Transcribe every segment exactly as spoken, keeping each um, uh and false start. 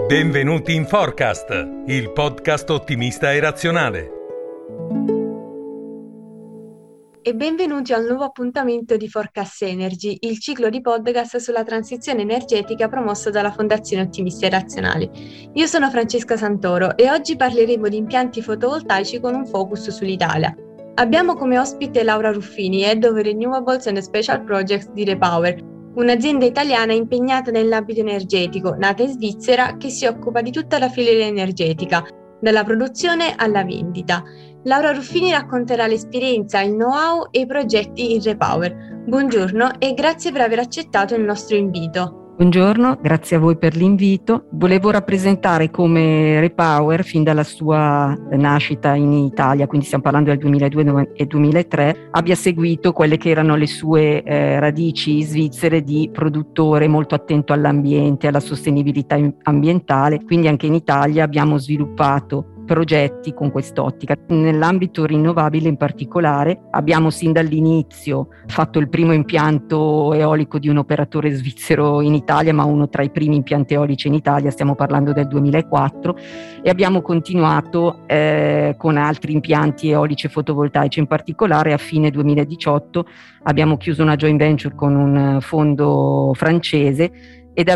Benvenuti in Forecast, il podcast ottimista e razionale. E benvenuti al nuovo appuntamento di Forecast Energy, il ciclo di podcast sulla transizione energetica promosso dalla Fondazione Ottimista e Razionale. Io sono Francesca Santoro e oggi parleremo di impianti fotovoltaici con un focus sull'Italia. Abbiamo come ospite Laura Ruffini, Head of Renewables and Special Projects di Repower, un'azienda italiana impegnata nell'ambito energetico, nata in Svizzera, che si occupa di tutta la filiera energetica, dalla produzione alla vendita. Laura Ruffini racconterà l'esperienza, il know-how e i progetti in Repower. Buongiorno e grazie per aver accettato il nostro invito. Buongiorno, grazie a voi per l'invito. Volevo rappresentare come Repower, fin dalla sua nascita in Italia, quindi stiamo parlando del duemiladue e duemilatré, abbia seguito quelle che erano le sue eh, radici svizzere di produttore molto attento all'ambiente, alla sostenibilità ambientale. Quindi anche in Italia abbiamo sviluppato progetti con quest'ottica. Nell'ambito rinnovabile in particolare abbiamo sin dall'inizio fatto il primo impianto eolico di un operatore svizzero in Italia, ma uno tra i primi impianti eolici in Italia, stiamo parlando del duemilaquattro, e abbiamo continuato eh, con altri impianti eolici e fotovoltaici. In particolare a fine duemiladiciotto abbiamo chiuso una joint venture con un fondo francese ed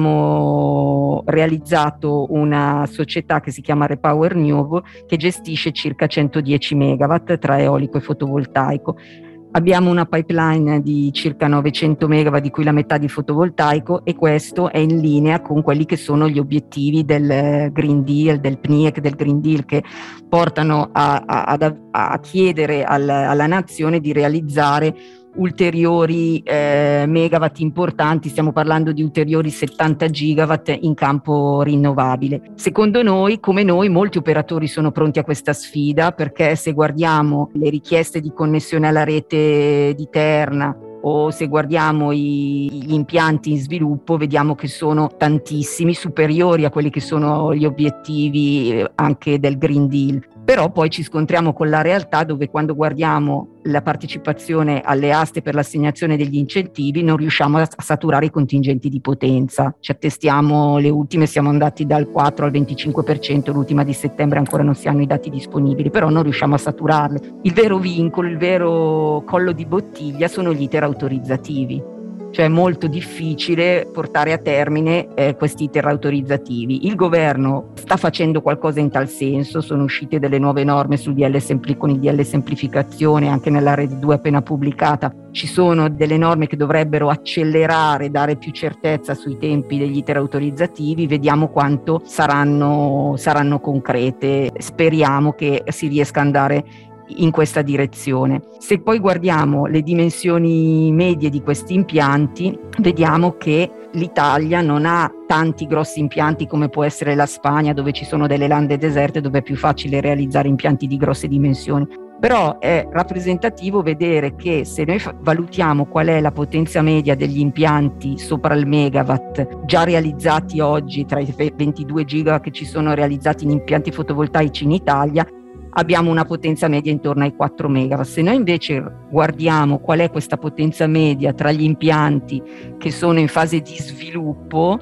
abbiamo realizzato una società che si chiama Repower Renewable, che gestisce circa centodieci megawatt tra eolico e fotovoltaico. Abbiamo una pipeline di circa novecento megawatt, di cui la metà di fotovoltaico, e questo è in linea con quelli che sono gli obiettivi del Green Deal, del P N I E C, del Green Deal, che portano a, a, a chiedere al, alla nazione di realizzare ulteriori eh, megawatt importanti. Stiamo parlando di ulteriori settanta gigawatt in campo rinnovabile. Secondo noi, come noi, molti operatori sono pronti a questa sfida, perché se guardiamo le richieste di connessione alla rete di Terna o se guardiamo i, gli impianti in sviluppo, vediamo che sono tantissimi, superiori a quelli che sono gli obiettivi anche del Green Deal. Però poi ci scontriamo con la realtà, dove quando guardiamo la partecipazione alle aste per l'assegnazione degli incentivi non riusciamo a saturare i contingenti di potenza. Ci attestiamo le ultime, siamo andati dal quattro al venticinque per cento, l'ultima di settembre ancora non si hanno i dati disponibili, però non riusciamo a saturarle. Il vero vincolo, il vero collo di bottiglia sono gli iter autorizzativi. Cioè è molto difficile portare a termine eh, questi iter autorizzativi. Il governo sta facendo qualcosa in tal senso, sono uscite delle nuove norme sul D L Sempli- con il D L semplificazione, anche nella R E D due appena pubblicata ci sono delle norme che dovrebbero accelerare, dare più certezza sui tempi degli iter autorizzativi. Vediamo quanto saranno, saranno concrete, speriamo che si riesca ad andare in questa direzione. Se poi guardiamo le dimensioni medie di questi impianti, vediamo che l'Italia non ha tanti grossi impianti come può essere la Spagna, dove ci sono delle lande deserte, dove è più facile realizzare impianti di grosse dimensioni. Però è rappresentativo vedere che se noi valutiamo qual è la potenza media degli impianti sopra il megawatt già realizzati oggi, tra i ventidue gigawatt che ci sono realizzati in impianti fotovoltaici in Italia, abbiamo una potenza media intorno ai quattro megawatt. Se noi invece guardiamo qual è questa potenza media tra gli impianti che sono in fase di sviluppo,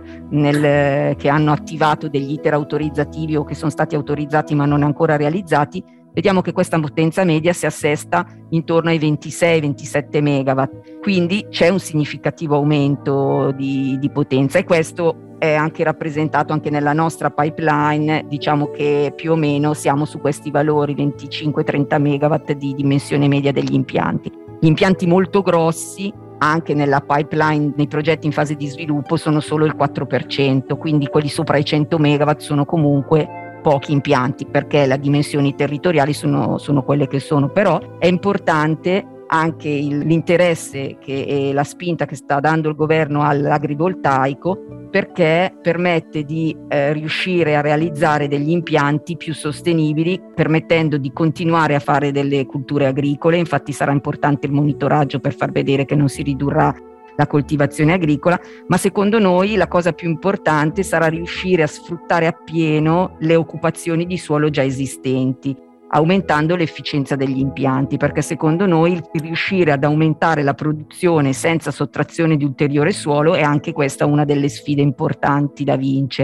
nel, che hanno attivato degli iter autorizzativi o che sono stati autorizzati ma non ancora realizzati, vediamo che questa potenza media si assesta intorno ai ventisei ventisette megawatt. Quindi c'è un significativo aumento di, di potenza, e questo è anche rappresentato anche nella nostra pipeline. Diciamo che più o meno siamo su questi valori venticinque trenta megawatt di dimensione media degli impianti. Gli impianti molto grossi, anche nella pipeline, nei progetti in fase di sviluppo, sono solo il quattro per cento, quindi quelli sopra i cento megawatt sono comunque pochi impianti, perché le dimensioni territoriali sono, sono quelle che sono. Però è importante anche il, l'interesse che, e la spinta che sta dando il governo all'agrivoltaico, perché permette di eh, riuscire a realizzare degli impianti più sostenibili, permettendo di continuare a fare delle culture agricole. Infatti sarà importante il monitoraggio per far vedere che non si ridurrà la coltivazione agricola, ma secondo noi la cosa più importante sarà riuscire a sfruttare appieno le occupazioni di suolo già esistenti, aumentando l'efficienza degli impianti, perché secondo noi riuscire ad aumentare la produzione senza sottrazione di ulteriore suolo è anche questa una delle sfide importanti da vincere.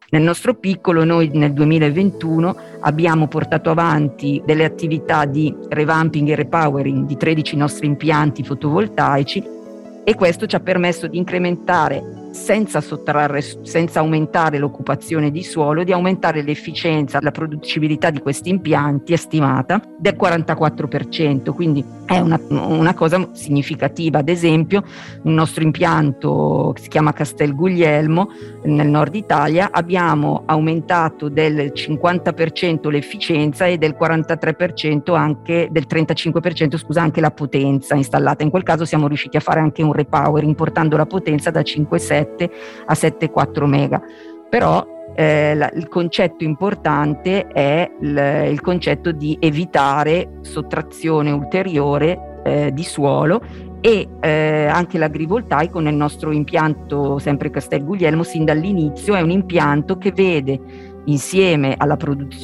Nel nostro piccolo noi nel duemilaventuno abbiamo portato avanti delle attività di revamping e repowering di tredici nostri impianti fotovoltaici e questo ci ha permesso di incrementare, senza sottrarre, senza aumentare l'occupazione di suolo, di aumentare l'efficienza, la producibilità di questi impianti è stimata del quarantaquattro per cento, quindi è una, una cosa significativa. Ad esempio, un nostro impianto che si chiama Castel Guglielmo nel nord Italia abbiamo aumentato del cinquanta per cento l'efficienza e del quarantatré per cento anche del trentacinque per cento scusa anche la potenza installata. In quel caso siamo riusciti a fare anche un repowering portando la potenza da cinque virgola sette a sette virgola quattro mega. Però eh, la, il concetto importante è il, il concetto di evitare sottrazione ulteriore eh, di suolo e eh, anche l'agrivoltaico nel nostro impianto sempre Castel Guglielmo sin dall'inizio è un impianto che vede insieme alla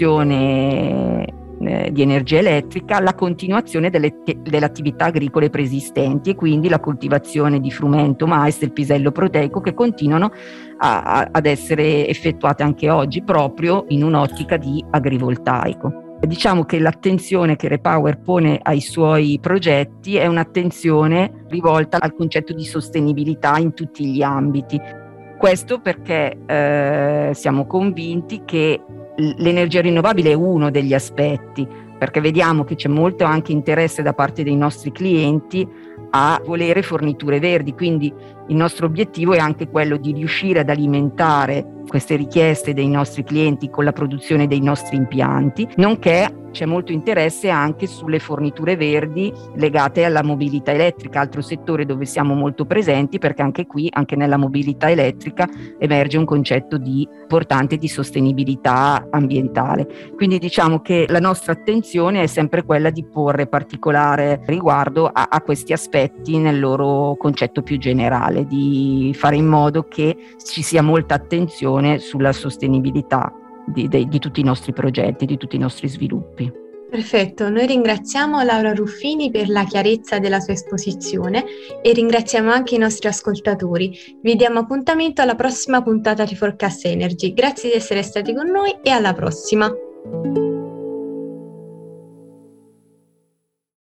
produzione eh, di energia elettrica la continuazione delle, delle attività agricole preesistenti e quindi la coltivazione di frumento, mais, del pisello proteico che continuano a, a, ad essere effettuate anche oggi proprio in un'ottica di agrivoltaico. Diciamo che l'attenzione che Repower pone ai suoi progetti è un'attenzione rivolta al concetto di sostenibilità in tutti gli ambiti. Questo perché eh, siamo convinti che l'energia rinnovabile è uno degli aspetti, perché vediamo che c'è molto anche interesse da parte dei nostri clienti a volere forniture verdi, quindi il nostro obiettivo è anche quello di riuscire ad alimentare queste richieste dei nostri clienti con la produzione dei nostri impianti, nonché c'è molto interesse anche sulle forniture verdi legate alla mobilità elettrica, altro settore dove siamo molto presenti, perché anche qui, anche nella mobilità elettrica, emerge un concetto di importante di sostenibilità ambientale. Quindi diciamo che la nostra attenzione è sempre quella di porre particolare riguardo a, a questi aspetti nel loro concetto più generale, di fare in modo che ci sia molta attenzione sulla sostenibilità Di, di, di tutti i nostri progetti, di tutti i nostri sviluppi. Perfetto, noi ringraziamo Laura Ruffini per la chiarezza della sua esposizione e ringraziamo anche i nostri ascoltatori. Vi diamo appuntamento alla prossima puntata di Forecast Energy. Grazie di essere stati con noi e alla prossima!